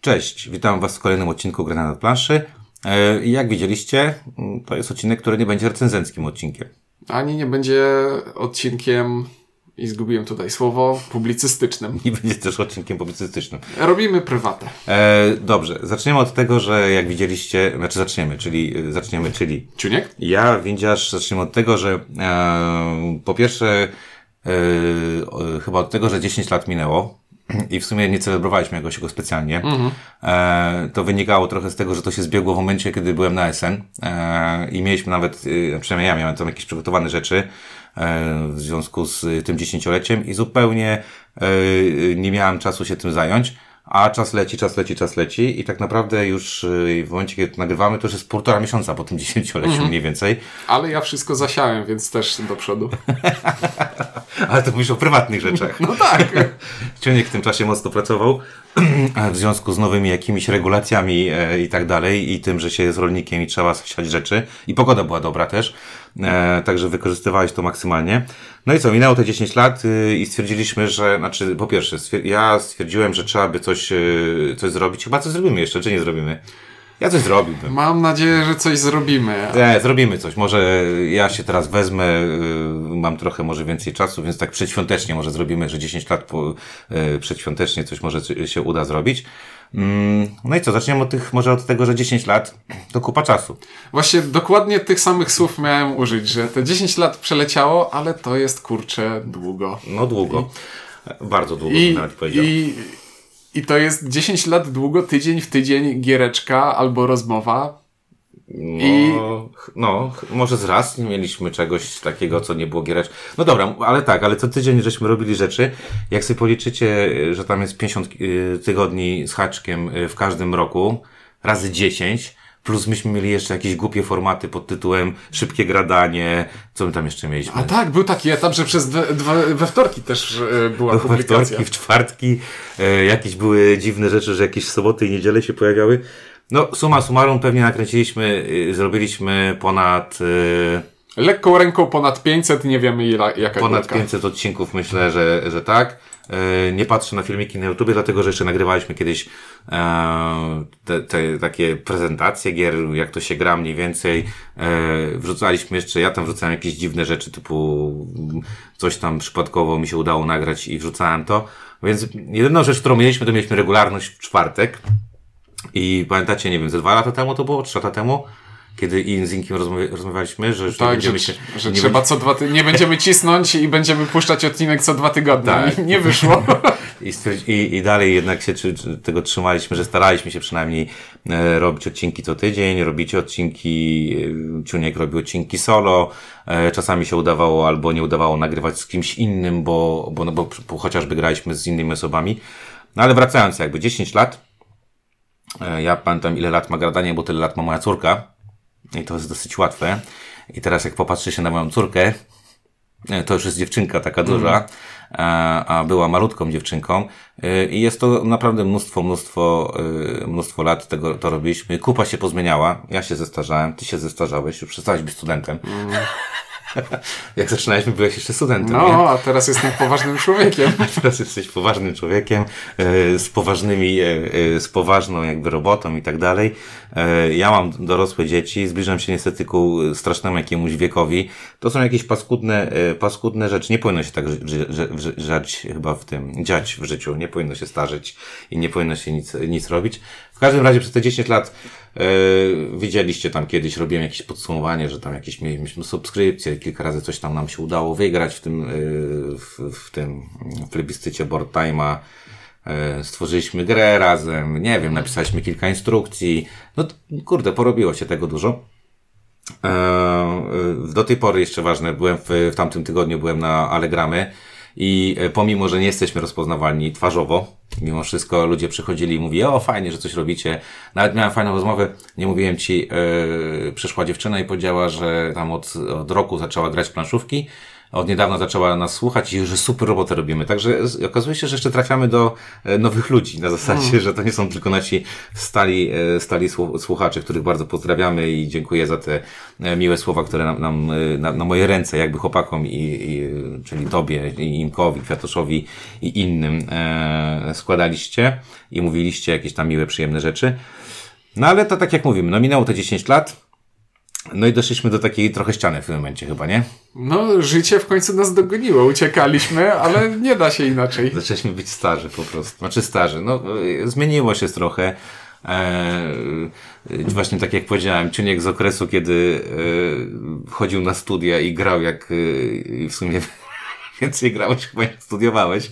Cześć, witam Was w kolejnym odcinku Gry na planszy. Jak widzieliście, to jest odcinek, który nie będzie recenzenckim odcinkiem. Ani nie będzie odcinkiem, i zgubiłem tutaj słowo, publicystycznym. Nie będzie też odcinkiem publicystycznym. Robimy prywatę. Dobrze, zaczniemy od tego, że jak widzieliście, czyli... Ciuniek? Ja, Windziarz, zaczniemy od tego, że po pierwsze chyba od tego, że 10 lat minęło. I w sumie nie celebrowaliśmy jakoś go specjalnie. To wynikało trochę z tego, że to się zbiegło w momencie, kiedy byłem na SN i mieliśmy nawet, przynajmniej ja miałem tam jakieś przygotowane rzeczy w związku z tym 10-leciem i zupełnie nie miałem czasu się tym zająć. A czas leci i tak naprawdę już w momencie, kiedy to nagrywamy, to już jest 1,5 miesiąca po tym 10-leciu mniej więcej. Ale ja wszystko zasiałem, więc też do przodu. Ale to mówisz o prywatnych rzeczach. No tak. Ciuniek w tym czasie mocno pracował w związku z nowymi jakimiś regulacjami i tak dalej i tym, że się jest rolnikiem i trzeba siać rzeczy i pogoda była dobra też, także wykorzystywałeś to maksymalnie. No i co, minęło te 10 lat i stwierdziliśmy, że, po pierwsze, ja stwierdziłem, że trzeba by coś zrobić. Chyba coś zrobimy jeszcze, czy nie zrobimy? Ja coś zrobiłbym. Mam nadzieję, że coś zrobimy. Zrobimy coś. Może ja się teraz wezmę, mam trochę może więcej czasu, więc tak przedświątecznie może zrobimy, że 10 lat przedświątecznie coś może się uda zrobić. No i co, zaczniemy może od tego, że 10 lat to kupa czasu. Właśnie dokładnie tych samych słów miałem użyć, że te 10 lat przeleciało, ale to jest kurczę długo. No długo. Bardzo długo bym nawet powiedział. I to jest 10 lat długo, tydzień w tydzień giereczka albo rozmowa. No, może z raz nie mieliśmy czegoś takiego, co nie było giereczka. No dobra, ale co tydzień żeśmy robili rzeczy. Jak sobie policzycie, że tam jest 50 tygodni z haczkiem w każdym roku, razy 10, plus myśmy mieli jeszcze jakieś głupie formaty pod tytułem szybkie gradanie. Co my tam jeszcze mieliśmy? A tak, był taki etap, że przez we wtorki też była publikacja. We wtorki, w czwartki, jakieś były dziwne rzeczy, że jakieś soboty i niedziele się pojawiały. No, summa summarum pewnie zrobiliśmy ponad... Lekką ręką ponad 500, nie wiemy jaka ponad górka. 500 odcinków, myślę, że tak. Nie patrzę na filmiki na YouTubie, dlatego że jeszcze nagrywaliśmy kiedyś te takie prezentacje gier, jak to się gra mniej więcej. Wrzucaliśmy jeszcze, ja tam wrzucałem jakieś dziwne rzeczy, typu coś tam przypadkowo mi się udało nagrać i wrzucałem to. Więc jedyną rzecz, którą mieliśmy, to mieliśmy regularność w czwartek. I pamiętacie, nie wiem, ze 2 lata temu to było, 3 lata temu, kiedy z Inkiem rozmawialiśmy, że już tak, nie będziemy że trzeba co 2 tygodnie, nie będziemy cisnąć i będziemy puszczać odcinek co 2 tygodnie. Tak. Nie wyszło. I dalej jednak się tego trzymaliśmy, że staraliśmy się przynajmniej robić odcinki co tydzień, robić odcinki, Ciuniek robił odcinki solo, czasami się udawało albo nie udawało nagrywać z kimś innym, bo chociażby graliśmy z innymi osobami. No ale wracając, jakby 10 lat, ja pamiętam ile lat ma gradanie, bo tyle lat ma moja córka i to jest dosyć łatwe. I teraz jak popatrzy się na moją córkę, to już jest dziewczynka taka duża, a była malutką dziewczynką i jest to naprawdę mnóstwo lat to robiliśmy. Kupa się pozmieniała, ja się zestarzałem, ty się zestarzałeś, już przestałeś być studentem. Jak zaczynaliśmy, byłeś jeszcze studentem, no, nie? a teraz jestem poważnym człowiekiem. Teraz jesteś poważnym człowiekiem, z poważną jakby robotą i tak dalej. Ja mam dorosłe dzieci, zbliżam się niestety ku strasznemu jakiemuś wiekowi. To są jakieś paskudne rzeczy. Nie powinno się tak dziać w życiu. Nie powinno się starzeć i nie powinno się nic robić. W każdym razie przez te 10 lat widzieliście tam kiedyś, robiłem jakieś podsumowanie, że tam jakieś mieliśmy subskrypcje, kilka razy coś tam nam się udało wygrać w tym plebiscycie Board Time'a. Stworzyliśmy grę razem, nie wiem, napisaliśmy kilka instrukcji. No kurde, porobiło się tego dużo. Do tej pory jeszcze ważne, byłem w tamtym tygodniu byłem na Allegramy i pomimo, że nie jesteśmy rozpoznawalni twarzowo, mimo wszystko ludzie przychodzili i mówili, o fajnie, że coś robicie. Nawet miałem fajną rozmowę, nie mówiłem ci, przyszła dziewczyna i powiedziała, że tam od roku zaczęła grać w planszówki, od niedawna zaczęła nas słuchać i że super robotę robimy. Także okazuje się, że jeszcze trafiamy do nowych ludzi na zasadzie, że to nie są tylko nasi stali słuchacze, których bardzo pozdrawiamy i dziękuję za te miłe słowa, które nam na moje ręce, jakby chłopakom czyli tobie, i Imkowi, Kwiatoszowi i innym składaliście i mówiliście jakieś tam miłe, przyjemne rzeczy. No ale to tak jak mówimy, no minęło te 10 lat, no i doszliśmy do takiej trochę ściany w tym momencie chyba, nie? No, życie w końcu nas dogoniło, uciekaliśmy, ale nie da się inaczej. Zaczęliśmy być starzy po prostu. Znaczy starzy, no zmieniło się trochę. Właśnie tak jak powiedziałem, Ciuniek z okresu, kiedy chodził na studia i grał jak w sumie więcej grałeś, chyba jak studiowałeś.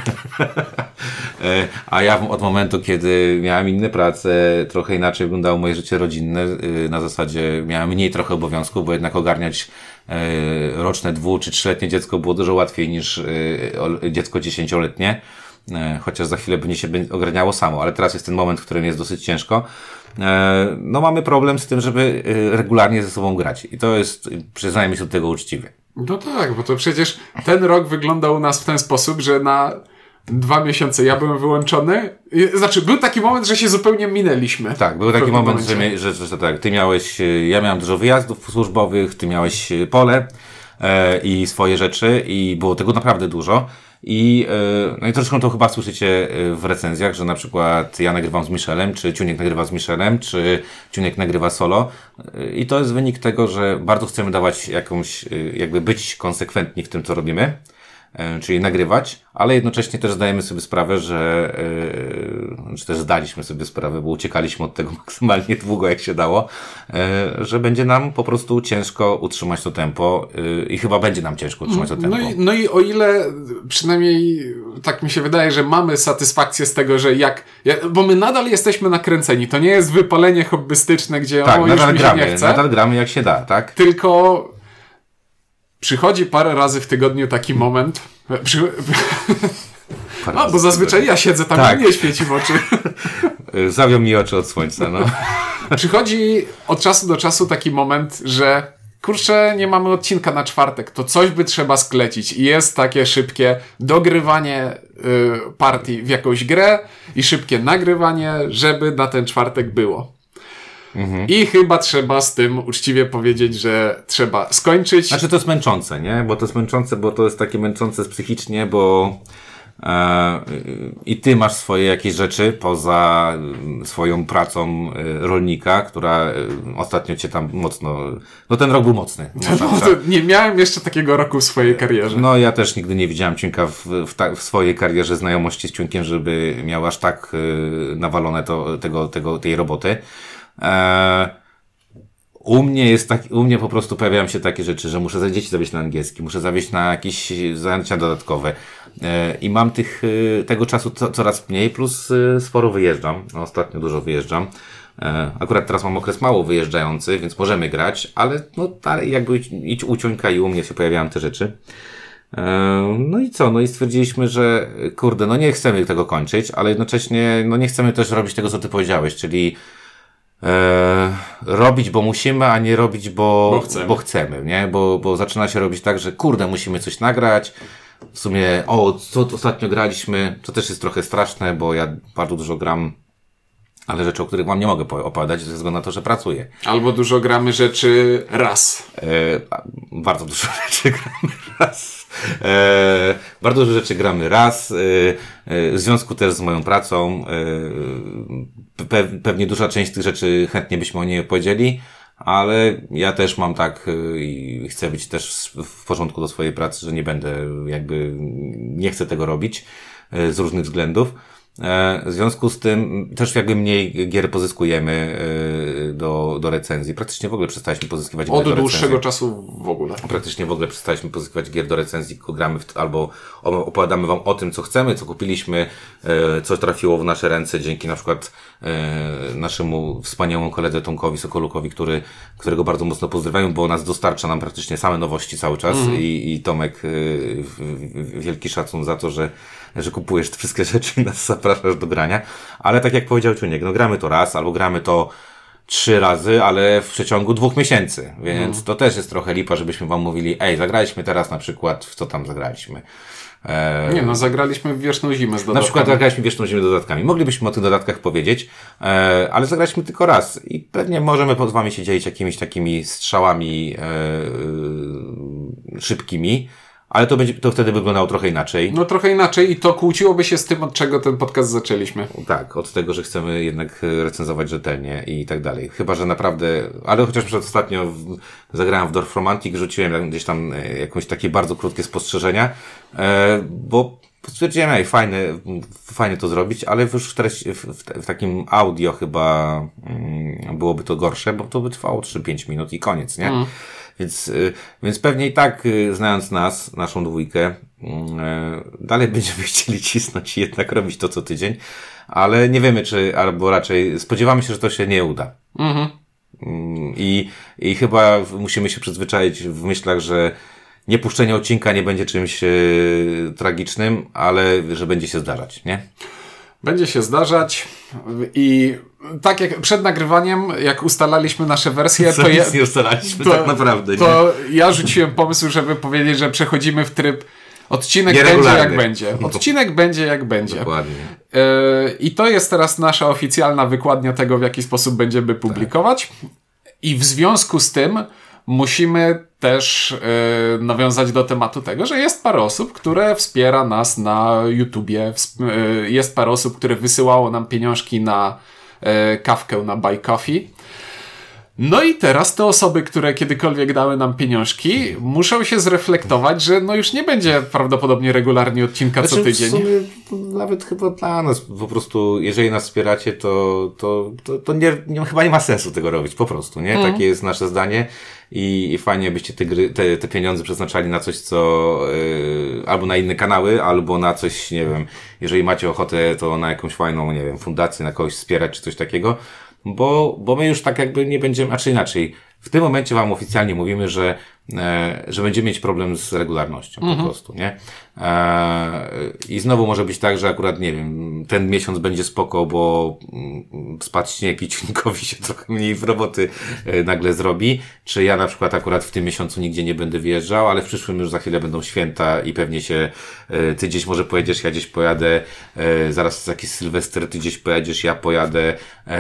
A ja od momentu, kiedy miałem inne prace, trochę inaczej wyglądało moje życie rodzinne. Na zasadzie miałem mniej trochę obowiązków, bo jednak ogarniać roczne 2- czy 3-letnie dziecko było dużo łatwiej niż dziecko 10-letnie. Chociaż za chwilę będzie się ogarniało samo, ale teraz jest ten moment, w którym jest dosyć ciężko. No mamy problem z tym, żeby regularnie ze sobą grać. I to jest, przyznajmy się do tego uczciwie. No tak, bo to przecież ten rok wyglądał u nas w ten sposób, że na 2 miesiące ja byłem wyłączony. Znaczy, był taki moment, że się zupełnie minęliśmy. Tak, był taki moment, że tak, ja miałem dużo wyjazdów służbowych, ty miałeś pole i swoje rzeczy i było tego naprawdę dużo. No i troszkę to chyba słyszycie w recenzjach, że na przykład ja nagrywam z Michelem, czy Ciuniek nagrywa z Michelem, czy Ciuniek nagrywa solo. I to jest wynik tego, że bardzo chcemy dawać jakby być konsekwentni w tym, co robimy. Czyli nagrywać, ale jednocześnie też zdajemy sobie sprawę, czy też zdaliśmy sobie sprawę, bo uciekaliśmy od tego maksymalnie długo, jak się dało, że będzie nam po prostu ciężko utrzymać to tempo i chyba będzie nam ciężko utrzymać to tempo. No i o ile przynajmniej tak mi się wydaje, że mamy satysfakcję z tego, że bo my nadal jesteśmy nakręceni, to nie jest wypalenie hobbystyczne, gdzie tak, już mi się nie chce. Nadal gramy jak się da, tak? Tylko przychodzi parę razy w tygodniu taki moment. Bo zazwyczaj ja siedzę tam tak. I nie świeci w oczy. Zawią mi oczy od słońca, no. Przychodzi od czasu do czasu taki moment, że kurczę, nie mamy odcinka na czwartek, to coś by trzeba sklecić. I jest takie szybkie dogrywanie partii w jakąś grę i szybkie nagrywanie, żeby na ten czwartek było. I chyba trzeba z tym uczciwie powiedzieć, że trzeba skończyć. Znaczy to jest męczące, nie? Bo to jest męczące, bo to jest takie męczące psychicznie, bo i ty masz swoje jakieś rzeczy poza swoją pracą rolnika, która ostatnio cię tam mocno... No ten rok był mocny. Nie miałem jeszcze takiego roku w swojej karierze. No ja też nigdy nie widziałem Ciunka w swojej karierze znajomości z Ciunkiem, żeby miał aż tak nawalone tej roboty. U mnie po prostu pojawiają się takie rzeczy, że muszę za dzieci zawieźć na angielski, muszę zawieźć na jakieś zajęcia dodatkowe i mam tego czasu coraz mniej, plus sporo wyjeżdżam. No, ostatnio dużo wyjeżdżam. Akurat teraz mam okres mało wyjeżdżający, więc możemy grać, ale no dalej jakby u Ciuńka i u mnie się pojawiają te rzeczy. No i co? No i stwierdziliśmy, że kurde, no nie chcemy tego kończyć, ale jednocześnie no nie chcemy też robić tego, co ty powiedziałeś, czyli robić, bo musimy, a nie robić, bo chcemy, nie? Bo zaczyna się robić tak, że kurde, musimy coś nagrać. W sumie, co ostatnio graliśmy, to też jest trochę straszne, bo ja bardzo dużo gram, ale rzeczy, o których wam nie mogę opowiadać ze względu na to, że pracuję. Albo dużo gramy rzeczy raz. Bardzo dużo rzeczy gramy raz. Bardzo dużo rzeczy gramy raz. W związku też z moją pracą. Pewnie duża część tych rzeczy chętnie byśmy o niej opowiedzieli, ale ja też mam tak i chcę być też w porządku do swojej pracy, że nie będę nie chcę tego robić z różnych względów. W związku z tym też mniej gier pozyskujemy do recenzji. Praktycznie w ogóle przestaliśmy pozyskiwać gier do recenzji. Od dłuższego czasu w ogóle. Praktycznie w ogóle przestaliśmy pozyskiwać gier do recenzji, tylko gramy albo opowiadamy wam o tym, co chcemy, co kupiliśmy, co trafiło w nasze ręce dzięki na przykład naszemu wspaniałemu koledze Tomkowi Sokolukowi, którego bardzo mocno pozdrawiam, bo nas dostarcza nam praktycznie same nowości cały czas i Tomek wielki szacun za to, że kupujesz te wszystkie rzeczy i nas zapraszasz do grania. Ale tak jak powiedział Ciuniek, no gramy to raz, albo gramy to 3 razy, ale w przeciągu 2 miesięcy, więc to też jest trochę lipa, żebyśmy wam mówili, ej, zagraliśmy teraz na przykład, w co tam zagraliśmy. Nie no, zagraliśmy w Wieczną Zimę z dodatkami. Na przykład zagraliśmy Wieczną Zimę dodatkami. Moglibyśmy o tych dodatkach powiedzieć, ale zagraliśmy tylko raz i pewnie możemy z wami się dzielić jakimiś takimi strzałami szybkimi, ale to wtedy wyglądało trochę inaczej. No trochę inaczej i to kłóciłoby się z tym, od czego ten podcast zaczęliśmy. Tak, od tego, że chcemy jednak recenzować rzetelnie i tak dalej. Chyba, że naprawdę, ale chociaż ostatnio zagrałem w Dorf Romantik, rzuciłem gdzieś tam jakieś takie bardzo krótkie spostrzeżenia, bo stwierdziłem, fajnie to zrobić, ale już w takim audio chyba byłoby to gorsze, bo to by trwało 3-5 minut i koniec, nie? Więc pewnie i tak, znając nas, naszą dwójkę, dalej będziemy chcieli cisnąć i jednak robić to co tydzień, ale nie wiemy albo raczej spodziewamy się, że to się nie uda. I chyba musimy się przyzwyczaić w myślach, że niepuszczenie odcinka nie będzie czymś tragicznym, ale że będzie się zdarzać, nie? Będzie się zdarzać i tak jak przed nagrywaniem, jak ustalaliśmy nasze wersje, nic nie ustalaliśmy tak naprawdę. To ja rzuciłem pomysł, żeby powiedzieć, że przechodzimy w tryb odcinek będzie jak będzie. Odcinek będzie jak będzie. Dokładnie. I to jest teraz nasza oficjalna wykładnia tego, w jaki sposób będziemy publikować. I w związku z tym musimy też nawiązać do tematu tego, że jest parę osób, które wspiera nas na YouTubie. Jest parę osób, które wysyłało nam pieniążki na kawkę na Buy Coffee. No i teraz te osoby, które kiedykolwiek dały nam pieniążki, muszą się zreflektować, że no już nie będzie prawdopodobnie regularnie odcinka co tydzień. W sumie, nawet chyba dla nas po prostu, jeżeli nas wspieracie, to chyba nie ma sensu tego robić, po prostu, nie? Takie jest nasze zdanie i fajnie byście te pieniądze przeznaczali na coś, co albo na inne kanały, albo na coś, nie wiem, jeżeli macie ochotę, to na jakąś fajną, nie wiem, fundację, na kogoś wspierać, czy coś takiego. Bo my już tak jakby nie będziemy, a czy inaczej, w tym momencie wam oficjalnie mówimy, że będziemy mieć problem z regularnością po prostu, nie? I znowu może być tak, że akurat, nie wiem, ten miesiąc będzie spoko, bo spadł śnieg i ciągnikowi się trochę mniej w roboty nagle zrobi, czy ja na przykład akurat w tym miesiącu nigdzie nie będę wyjeżdżał, ale w przyszłym już za chwilę będą święta i pewnie się ty gdzieś może pojedziesz, ja gdzieś pojadę, zaraz jest jakiś Sylwester, ty gdzieś pojedziesz, ja pojadę,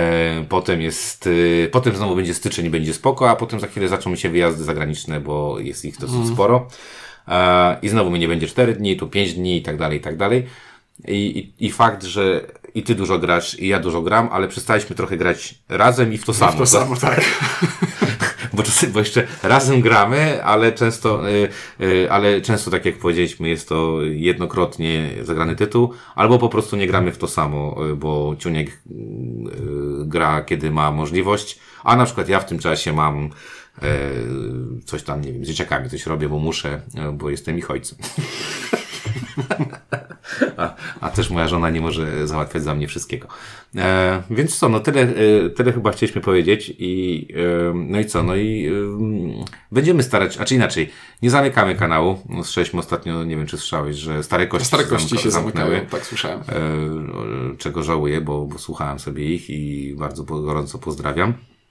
potem znowu będzie styczeń i będzie spoko, a potem za chwilę zaczną mi się wyjazdy zagraniczne, bo jest ich dosyć sporo. I znowu mnie nie będzie 4 dni, tu 5 dni i tak dalej, i tak dalej. I fakt, że i ty dużo grasz, i ja dużo gram, ale przestaliśmy trochę grać razem i w to samo. W to samo, tak. Bo jeszcze razem gramy, ale często, tak jak powiedzieliśmy, jest to jednokrotnie zagrany tytuł, albo po prostu nie gramy w to samo, bo Ciuniek gra, kiedy ma możliwość, a na przykład ja w tym czasie mam coś tam, nie wiem, z dzieciakami coś robię, bo muszę, bo jestem ich ojcem. A też moja żona nie może załatwiać za mnie wszystkiego. Więc co, no tyle chyba chcieliśmy powiedzieć no i co, no i będziemy starać, a czy inaczej, nie zamykamy kanału. No, słyszeliśmy ostatnio, nie wiem czy słyszałeś, że Stare Kości się zamykają, tak słyszałem. Czego żałuję, bo słuchałem sobie ich i bardzo gorąco pozdrawiam.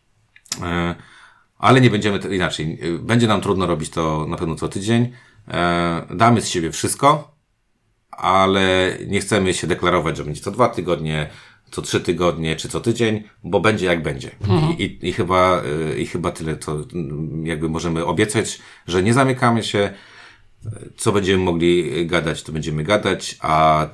Ale nie będziemy inaczej. Będzie nam trudno robić to na pewno co tydzień. Damy z siebie wszystko, ale nie chcemy się deklarować, że będzie co 2 tygodnie, co 3 tygodnie, czy co tydzień, bo będzie jak będzie. I chyba tyle to jakby możemy obiecać, że nie zamykamy się. Co będziemy mogli gadać, to będziemy gadać, a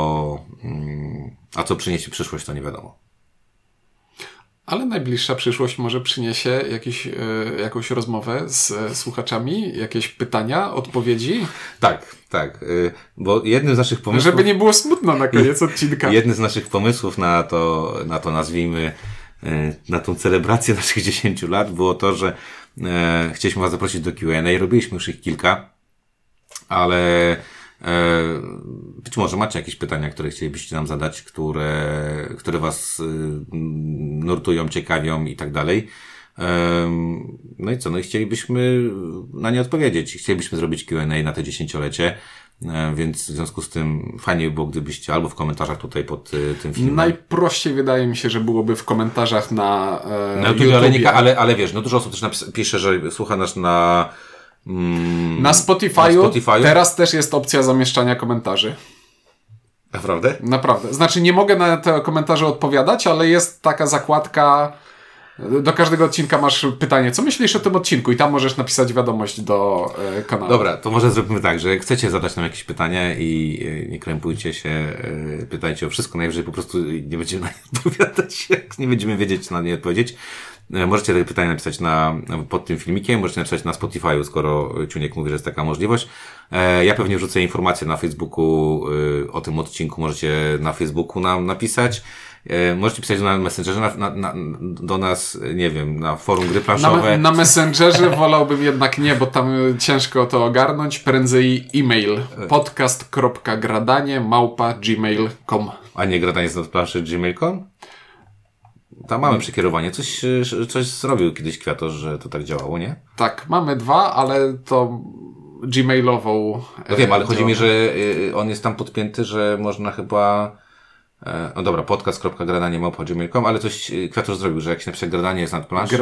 co przyniesie przyszłość, to nie wiadomo. Ale najbliższa przyszłość może przyniesie jakąś rozmowę z słuchaczami, jakieś pytania, odpowiedzi. Tak. Bo jednym z naszych pomysłów... Żeby nie było smutno na koniec odcinka. Jednym z naszych pomysłów na to nazwijmy, na tą celebrację naszych 10 lat było to, że chcieliśmy was zaprosić do Q&A. Robiliśmy już ich kilka, ale być może macie jakieś pytania, które chcielibyście nam zadać, które was nurtują, ciekawią i tak dalej. No i co? No i chcielibyśmy na nie odpowiedzieć. Chcielibyśmy zrobić Q&A na te 10-lecie. Więc w związku z tym fajnie by było, gdybyście albo w komentarzach tutaj pod tym filmem. Najprościej wydaje mi się, że byłoby w komentarzach na YouTube, ale wiesz, no dużo osób też pisze, że słucha nas na Spotify'u. Teraz też jest opcja zamieszczania komentarzy. Naprawdę? Naprawdę. Znaczy nie mogę na te komentarze odpowiadać, ale jest taka zakładka. Do każdego odcinka masz pytanie, co myślisz o tym odcinku? I tam możesz napisać wiadomość do kanału. Dobra, to może zrobimy tak, że jak chcecie zadać nam jakieś pytanie i nie krępujcie się, pytajcie o wszystko, najwyżej po prostu nie będziemy na nie odpowiadać, jak nie będziemy wiedzieć na nie odpowiedzieć. Możecie te pytania napisać pod tym filmikiem, możecie napisać na Spotify'u, skoro Ciuniek mówi, że jest taka możliwość. Ja pewnie wrzucę informacje na Facebooku o tym odcinku, możecie na Facebooku nam napisać. Możecie pisać na Messengerze, do nas, nie wiem, na forum Gry Planszowe. Na Messengerze wolałbym jednak nie, bo tam ciężko to ogarnąć. Prędzej e-mail podcast.gradanie@gmail.com. A nie gradanie z planszy gmail.com? Tam mamy przekierowanie. Coś zrobił kiedyś Kwiatosz, że to tak działało, nie? Tak, mamy 2, ale to gmailową. No wiem, ale chodzi mi, że on jest tam podpięty, że można chyba... No dobra, podcast.gradanie@gmail.com, ale coś Kwiatosz zrobił, że jak się napisze gradanie jest nad planszą.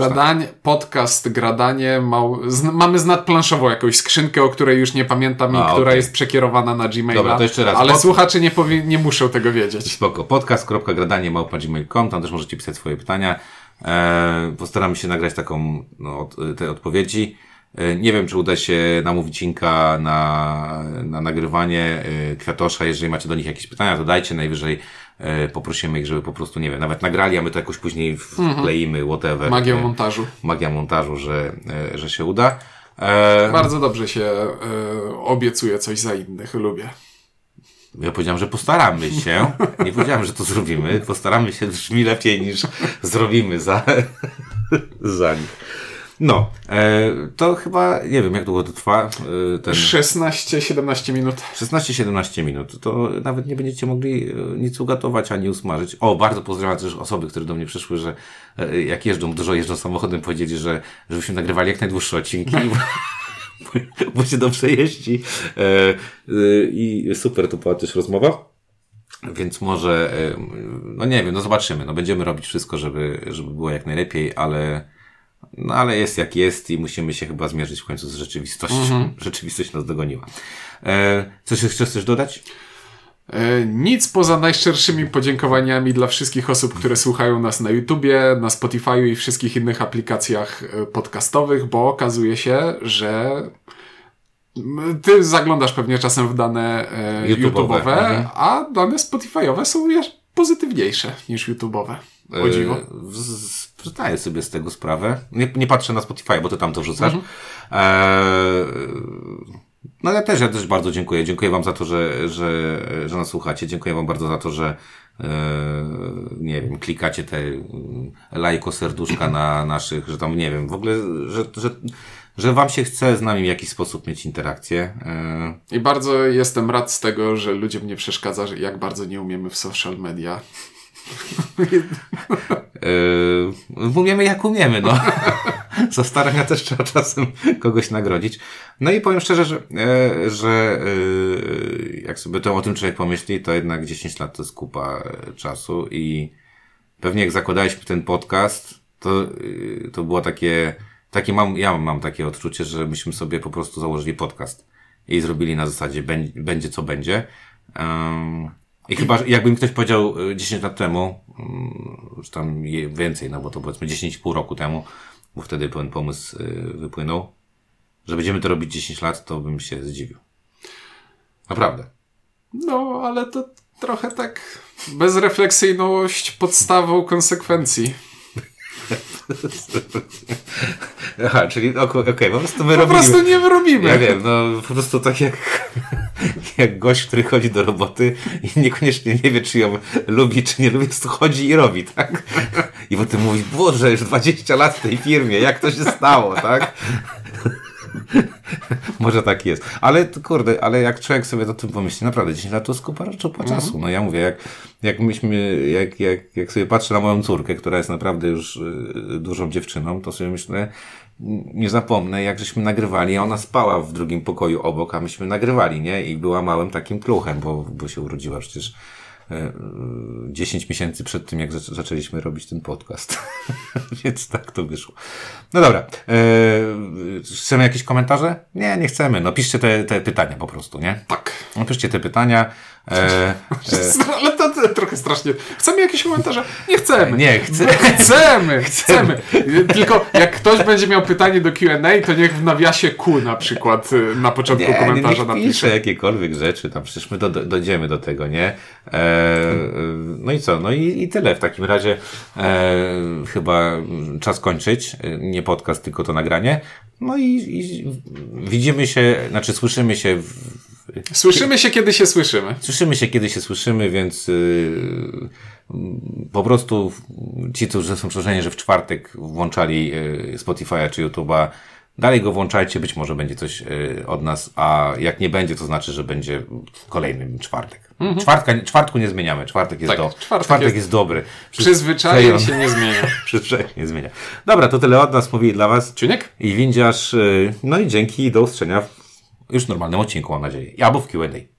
Mamy z nadplanszową jakąś skrzynkę, o której już nie pamiętam i która jest przekierowana na Gmaila. Dobra, to jeszcze raz. Ale słuchacze nie muszą tego wiedzieć. Spoko. podcast.gradanie@gmail.com, tam też możecie pisać swoje pytania. Postaramy się nagrać taką, te odpowiedzi. Nie wiem, czy uda się namówić Inka na nagrywanie Kwiatosza. Jeżeli macie do nich jakieś pytania, to dajcie, najwyżej poprosimy ich, żeby po prostu, nie wiem, nawet nagrali, a my to jakoś później wkleimy, whatever. Magia montażu, że się uda. Bardzo dobrze się obiecuje coś za innych, lubię. Ja powiedziałem, że postaramy się. Nie powiedziałem, że to zrobimy. Postaramy się, brzmi lepiej niż zrobimy za nich. No, to chyba, nie wiem, jak długo to trwa. 16-17 minut. 16-17 minut. To nawet nie będziecie mogli nic ugatować ani usmażyć. O, bardzo pozdrawiam też osoby, które do mnie przyszły, że jak dużo jeżdżą samochodem, powiedzieli, żebyśmy nagrywali jak najdłuższe odcinki. Bo się dobrze jeździ. I super to była też rozmowa. Więc może, no nie wiem, no zobaczymy. No będziemy robić wszystko, żeby było jak najlepiej, ale jest jak jest i musimy się chyba zmierzyć w końcu z rzeczywistością. Rzeczywistość nas dogoniła. Coś jeszcze chcesz dodać? Nic poza najszczerszymi podziękowaniami dla wszystkich osób, które słuchają nas na YouTubie, na Spotify'u i wszystkich innych aplikacjach podcastowych, bo okazuje się, że ty zaglądasz pewnie czasem w dane YouTube'owe, a dane Spotify'owe są jeszcze pozytywniejsze niż YouTube'owe. O dziwo. Zdaję sobie z tego sprawę. Nie patrzę na Spotify, bo ty tam to wrzucasz. No ja też bardzo dziękuję. Dziękuję wam za to, że nas słuchacie. Dziękuję wam bardzo za to, że nie wiem, klikacie te lajko, serduszka na naszych, że tam nie wiem, w ogóle, że wam się chce z nami w jakiś sposób mieć interakcję. I bardzo jestem rad z tego, że ludziom nie przeszkadza, że jak bardzo nie umiemy w social media. Umiemy jak umiemy, no. Za starania też trzeba czasem kogoś nagrodzić. No i powiem szczerze, że jak sobie o tym człowiek pomyśli, to jednak 10 lat to jest kupa czasu i pewnie jak zakładaliśmy ten podcast, to było ja mam takie odczucie, że myśmy sobie po prostu założyli podcast i zrobili na zasadzie będzie co będzie. I chyba, jakby mi ktoś powiedział 10 lat temu, już tam więcej, no bo to powiedzmy 10,5 roku temu, bo wtedy ten pomysł wypłynął, że będziemy to robić 10 lat, to bym się zdziwił. Naprawdę. No, ale to trochę tak bezrefleksyjność podstawą konsekwencji. Aha, czyli okej, po prostu Po prostu nie wyrobimy. Ja wiem, no po prostu tak jak gość, który chodzi do roboty i niekoniecznie nie wie, czy ją lubi, czy nie lubi, po prostu chodzi i robi, tak? I potem mówi, Boże, już 20 lat w tej firmie, jak to się stało, tak? Może tak jest. Ale kurde, ale jak człowiek sobie o tym pomyśli, naprawdę 10 lat to jest kupa czasu. No ja mówię, jak sobie patrzę na moją córkę, która jest naprawdę już dużą dziewczyną, to sobie myślę, nie zapomnę, jak żeśmy nagrywali, a ona spała w drugim pokoju obok, a myśmy nagrywali, nie? I była małym takim kluchem, bo się urodziła przecież 10 miesięcy przed tym, jak zaczęliśmy robić ten podcast. Więc tak to wyszło. No dobra. Chcemy jakieś komentarze? Nie chcemy. No piszcie te pytania po prostu, nie? Tak. No piszcie te pytania. Ale to trochę strasznie. Chcemy jakieś komentarze? Nie chcemy. Nie, Chcemy. Tylko jak ktoś będzie miał pytanie do Q&A, to niech w nawiasie Q na przykład na początku komentarza napisze. Pisze jakiekolwiek rzeczy, tam przecież my dojdziemy do tego, nie? No i co? No i tyle. W takim razie chyba czas kończyć. Nie podcast, tylko to nagranie. No i widzimy się, znaczy słyszymy się Słyszymy się, kiedy się słyszymy. Słyszymy się, kiedy się słyszymy, więc po prostu ci, którzy są przełożeni, że w czwartek włączali Spotify'a czy YouTube'a, dalej go włączajcie, być może będzie coś od nas, a jak nie będzie, to znaczy, że będzie w kolejnym czwartek. Czwartku nie zmieniamy, czwartek jest, czwartek jest dobry. Przyzwyczajenie się nie zmienia. Przyzwyczajenie nie zmienia. Dobra, to tyle od nas, mówili dla was. Ciuniek? I Windziarz, no i dzięki i do usłyszenia w już normalnym odcinku, mam nadzieję. Albo w Q&A.